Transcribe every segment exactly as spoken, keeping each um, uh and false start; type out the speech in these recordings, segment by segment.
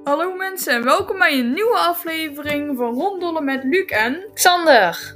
Hallo mensen en welkom bij een nieuwe aflevering van Ronddollen met Luc en Xander.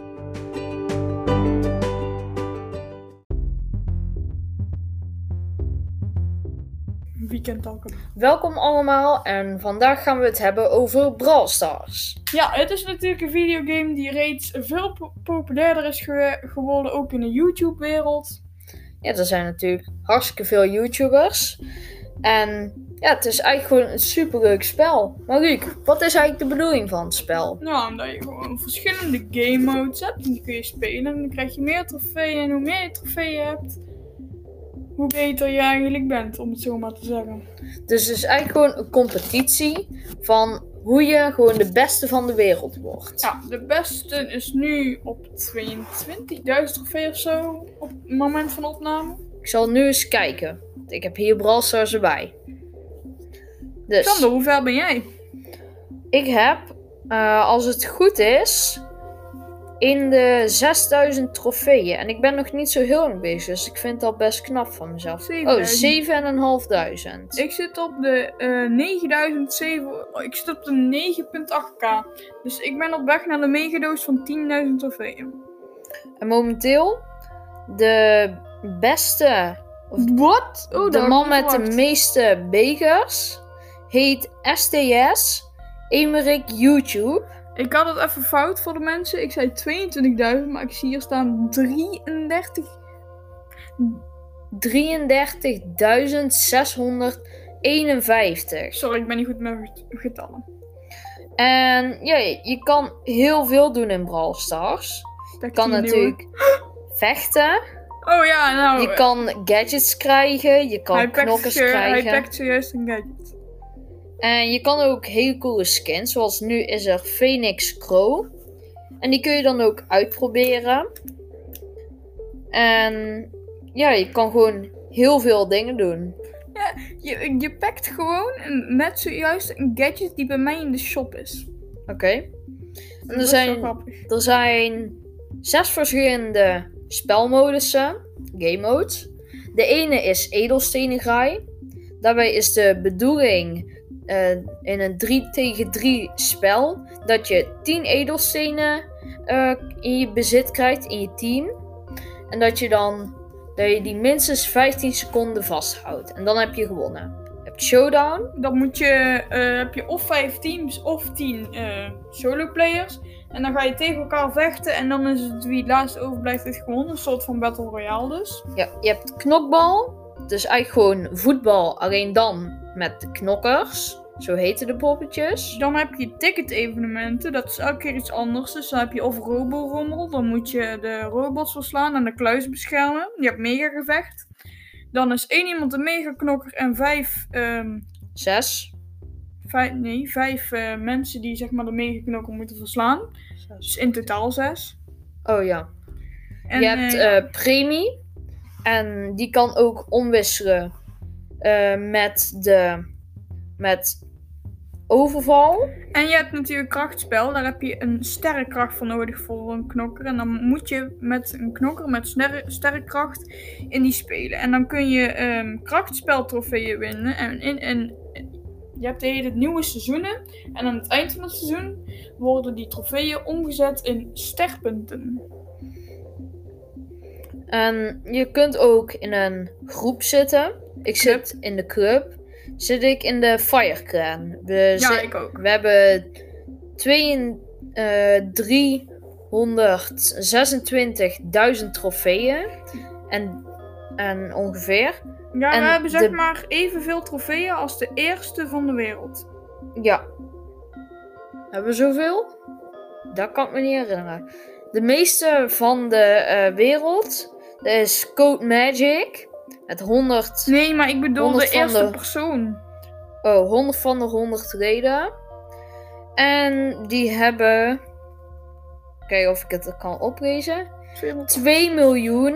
Weekend Talken. Welkom allemaal en vandaag gaan we het hebben over Brawl Stars. Ja, het is natuurlijk een videogame die reeds veel po- populairder is ge- geworden, ook in de YouTube-wereld. Ja, er zijn natuurlijk hartstikke veel YouTubers. En ja, het is eigenlijk gewoon een superleuk spel. Maar Luc, wat is eigenlijk de bedoeling van het spel? Nou, omdat je gewoon verschillende game modes hebt en die kun je spelen en dan krijg je meer trofeeën en hoe meer je trofeeën hebt, hoe beter je eigenlijk bent, om het zo maar te zeggen. Dus het is eigenlijk gewoon een competitie van hoe je gewoon de beste van de wereld wordt. Ja, de beste is nu op tweeëntwintigduizend trofeeën of zo, op het moment van opname. Ik zal nu eens kijken. Ik heb hier Brawl Stars erbij. Dus Sander, hoe ver ben jij? ik heb, uh, als het goed is, in de zesduizend trofeeën. En ik ben nog niet zo heel lang bezig, dus ik vind dat best knap van mezelf. Oh, zevenduizend. zevenduizend. Ik zit op de uh, negenduizend zeven... oh, ik zit op de negen komma acht k. Dus ik ben op weg naar de megadoos van tienduizend trofeeën. En momenteel, de beste, of Wat? Oh, de man met de meeste begers, heet S T S Emerick YouTube. Ik had het even fout voor de mensen. Ik zei tweeëntwintigduizend, maar ik zie hier staan drieëndertig... drieëndertigduizend zeshonderdeenenvijftig. Sorry, ik ben niet goed met get- getallen. En ja, je kan heel veel doen in Brawl Stars. Je kan natuurlijk vechten. Oh ja, nou... Je kan gadgets krijgen. Je kan hij pakt, knokkers uh, krijgen. Hij pakt zojuist een gadget. En je kan ook hele coole skins. Zoals nu is er Phoenix Crow. En die kun je dan ook uitproberen. En ja, je kan gewoon heel veel dingen doen. Ja, je, je pakt gewoon een, net zojuist een gadget die bij mij in de shop is. Oké. Okay. En er zijn, er zijn zes verschillende spelmodussen, game modes. De ene is edelstenengraai. Daarbij is de bedoeling uh, in een drie tegen drie spel dat je tien edelstenen uh, in je bezit krijgt in je team. En dat je dan dat je die minstens vijftien seconden vasthoudt. En dan heb je gewonnen. Je hebt showdown. Dan moet je, uh, heb je of vijf teams of tien uh, solo players. En dan ga je tegen elkaar vechten. En dan is het wie het laatst overblijft heeft gewonnen. Een soort van Battle Royale dus. Ja, je hebt knokbal. Dus eigenlijk gewoon voetbal. Alleen dan met de knokkers. Zo heten de poppetjes. Dan heb je ticket-evenementen. Dat is elke keer iets anders. Dus dan heb je of Robo-rommel. Dan moet je de robots verslaan en de kluis beschermen. Je hebt mega-gevecht. Dan is één iemand een mega-knokker en vijf... Um, Zes. Vijf, nee, vijf uh, mensen die zeg maar de mega-knokker moeten verslaan. Zes. Dus in totaal zes. Oh ja. En, je hebt uh, uh, premie. En die kan ook omwisselen uh, met de... Met overval. En je hebt natuurlijk krachtspel. Daar heb je een sterrenkracht voor nodig voor een knokker. En dan moet je met een knokker met ster- sterrenkracht in die spelen. En dan kun je um, krachtspeltrofeeën winnen. En, in, en je hebt de hele nieuwe seizoenen. En aan het eind van het seizoen worden die trofeeën omgezet in sterpunten. En je kunt ook in een groep zitten. Ik Club. zit in de club. Zit ik in de Fireclan. We ja, zit, ik ook. We hebben driehonderdzesentwintigduizend trofeeën. En, en ongeveer. Ja, en we hebben zeg de... maar evenveel trofeeën als de eerste van de wereld. Ja. Hebben we zoveel? Dat kan ik me niet herinneren. De meeste van de uh, wereld. Dat is Code Magic. Het honderd... Nee, maar ik bedoel de eerste de... persoon. Oh, honderd van de honderd leden. En die hebben... Kijk of ik het kan oplezen. twee miljoen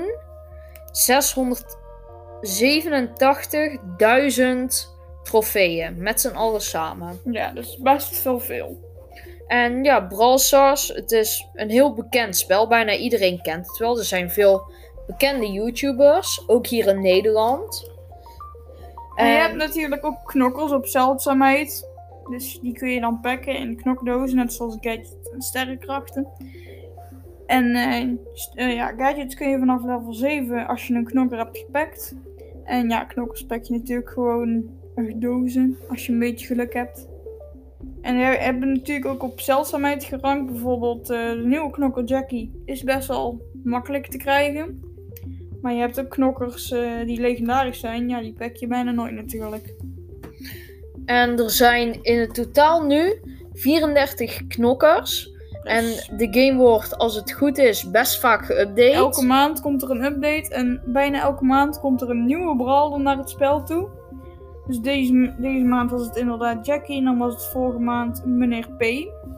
zeshonderdzevenentachtigduizend trofeeën. Met z'n allen samen. Ja, dat is best veel veel. En ja, Brawl Stars, het is een heel bekend spel. Bijna iedereen kent het wel. Er zijn veel bekende YouTubers, ook hier in Nederland. En je hebt natuurlijk ook knokkers op zeldzaamheid. Dus die kun je dan pakken in knokdozen, net zoals gadgets en sterrenkrachten. En uh, uh, ja, gadgets kun je vanaf level zeven als je een knokker hebt gepakt. En ja, knokkers pak je natuurlijk gewoon uit dozen als je een beetje geluk hebt. En we hebben natuurlijk ook op zeldzaamheid gerankt. Bijvoorbeeld uh, de nieuwe knokker Jackie is best wel makkelijk te krijgen. Maar je hebt ook knokkers uh, die legendarisch zijn. Ja, die pak je bijna nooit natuurlijk. En er zijn in het totaal nu vierendertig knokkers. En de game wordt, als het goed is, best vaak geüpdate. Elke maand komt er een update. En bijna elke maand komt er een nieuwe brawler naar het spel toe. Dus deze, deze maand was het inderdaad Jackie. En dan was het vorige maand meneer P.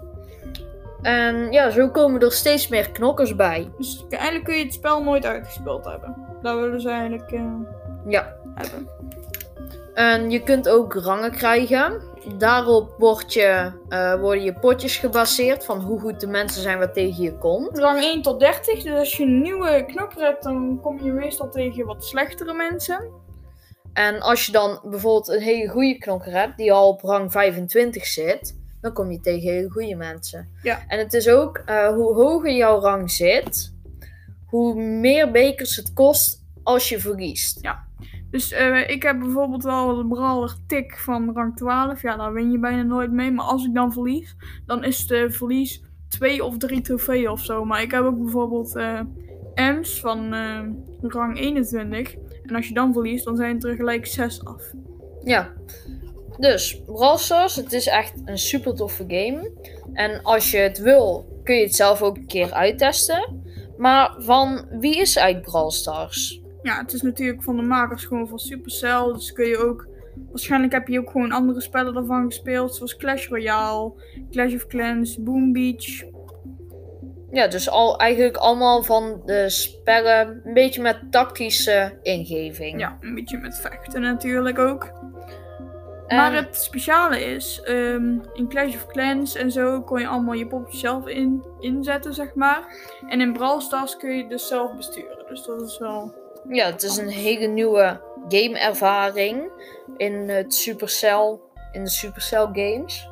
En ja, zo komen er steeds meer knokkers bij. Dus eigenlijk kun je het spel nooit uitgespeeld hebben. Dat willen ze eigenlijk uh, ja. hebben. En je kunt ook rangen krijgen. Daarop word je, uh, worden je potjes gebaseerd van hoe goed de mensen zijn wat tegen je komt. Rang één tot dertig. Dus als je een nieuwe knokker hebt, dan kom je meestal tegen wat slechtere mensen. En als je dan bijvoorbeeld een hele goede knokker hebt die al op rang vijfentwintig zit, dan kom je tegen hele goede mensen. Ja. En het is ook uh, hoe hoger jouw rang zit, hoe meer bekers het kost als je verliest. Ja. Dus uh, ik heb bijvoorbeeld wel de brawler Tik van rang twaalf. Ja, daar win je bijna nooit mee. Maar als ik dan verlies, dan is de verlies twee of drie trofeeën of zo. Maar ik heb ook bijvoorbeeld uh, Ems van uh, rang eenentwintig. En als je dan verliest, dan zijn het er gelijk zes af. Ja. Dus, Brawl Stars, het is echt een super toffe game. En als je het wil, kun je het zelf ook een keer uittesten. Maar van wie is eigenlijk Brawl Stars? Ja, het is natuurlijk van de makers gewoon van Supercell. Dus kun je ook... Waarschijnlijk heb je ook gewoon andere spellen ervan gespeeld. Zoals Clash Royale, Clash of Clans, Boom Beach. Ja, dus al, eigenlijk allemaal van de spellen. Een beetje met tactische ingeving. Ja, een beetje met vechten natuurlijk ook. En... Maar het speciale is, um, in Clash of Clans en zo kon je allemaal je popjes zelf in, inzetten, zeg maar. En in Brawl Stars kun je dus zelf besturen. Dus dat is wel... Ja, het is een hele nieuwe gameervaring in het Supercell, in de Supercell games.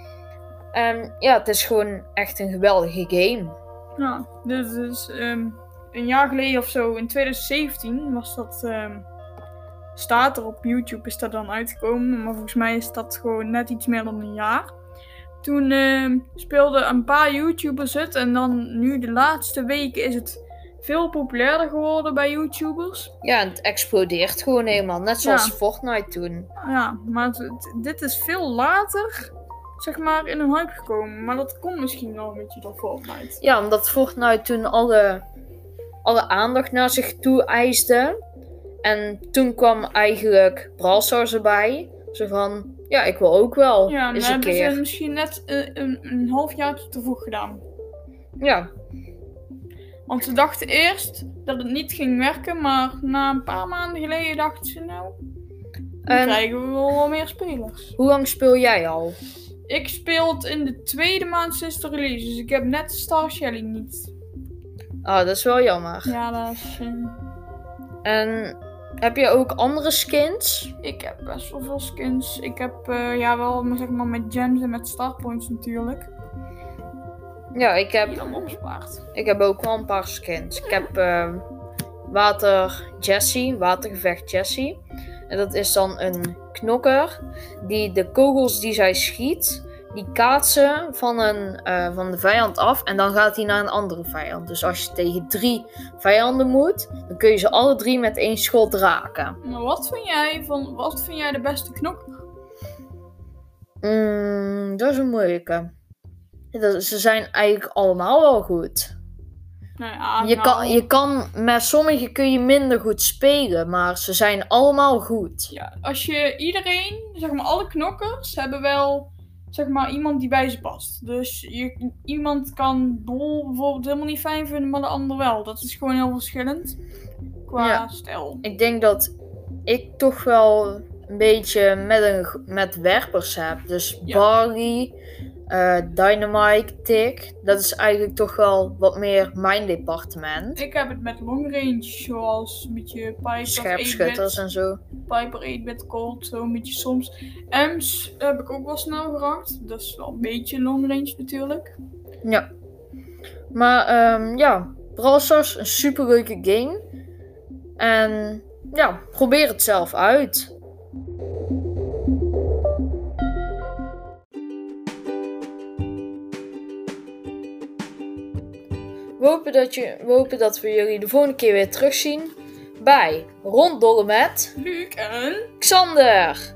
En ja, het is gewoon echt een geweldige game. Ja, dus, dus um, een jaar geleden of zo, in twintig zeventien, was dat, um, staat er op YouTube, is dat dan uitgekomen. Maar volgens mij is dat gewoon net iets meer dan een jaar. Toen uh, speelden een paar YouTubers het en dan nu de laatste weken is het... veel populairder geworden bij YouTubers. Ja, het explodeert gewoon helemaal. Net zoals ja. Fortnite toen. Ja, maar het, het, dit is veel later, zeg maar, in een hype gekomen. Maar dat komt misschien wel een beetje door Fortnite. Ja, omdat Fortnite toen alle, alle aandacht naar zich toe eiste. En toen kwam eigenlijk Brawl Stars erbij. Zo van, ja, ik wil ook wel ja, eens een keer. Ja, hebben ze misschien net uh, een, een half jaar te vroeg gedaan. Ja. Want ze dachten eerst dat het niet ging werken, maar na een paar maanden geleden dachten ze nou, dan um, krijgen we wel meer spelers. Hoe lang speel jij al? Ik speel het in de tweede maand sinds de release, dus ik heb net Star Shelly niet. Ah, dat is wel jammer. Ja, dat is... Uh... En heb je ook andere skins? Ik heb best wel veel skins. Ik heb uh, ja wel zeg maar met gems en met startpoints natuurlijk. Ja, ik heb, die dan opgespaard. Ik heb ook wel een paar skins. Ik heb uh, Water Jessie, Watergevecht Jessie. En dat is dan een knokker die de kogels die zij schiet, die kaatsen van, een, uh, van de vijand af en dan gaat hij naar een andere vijand. Dus als je tegen drie vijanden moet, dan kun je ze alle drie met één schot raken. Maar wat vind jij van, wat vind jij de beste knokker? Mm, dat is een moeilijke. Ze zijn eigenlijk allemaal wel goed. Nou ja, je, nou... kan, je kan, met sommige kun je minder goed spelen, maar ze zijn allemaal goed. Ja, als je iedereen, zeg maar alle knokkers, hebben wel, zeg maar, iemand die bij ze past. Dus je, iemand kan Bol bijvoorbeeld helemaal niet fijn vinden, maar de ander wel. Dat is gewoon heel verschillend qua ja. stijl. Ik denk dat ik toch wel een beetje met, een, met werpers hebt. Dus Ja. Barley, uh, Dynamite, Tick. Dat is eigenlijk toch wel wat meer mijn departement. Ik heb het met long range, zoals een beetje Piper, scherpschutters en zo. Piper, eight bit, Colt, zo een beetje soms. Ems heb ik ook wel snel geraakt. Dat is wel een beetje long range natuurlijk. Ja. Maar um, ja, Brawl Stars een super leuke game. En ja, probeer het zelf uit. We hopen, dat je, we hopen dat we jullie de volgende keer weer terugzien bij Ronddollen met Luc en Xander.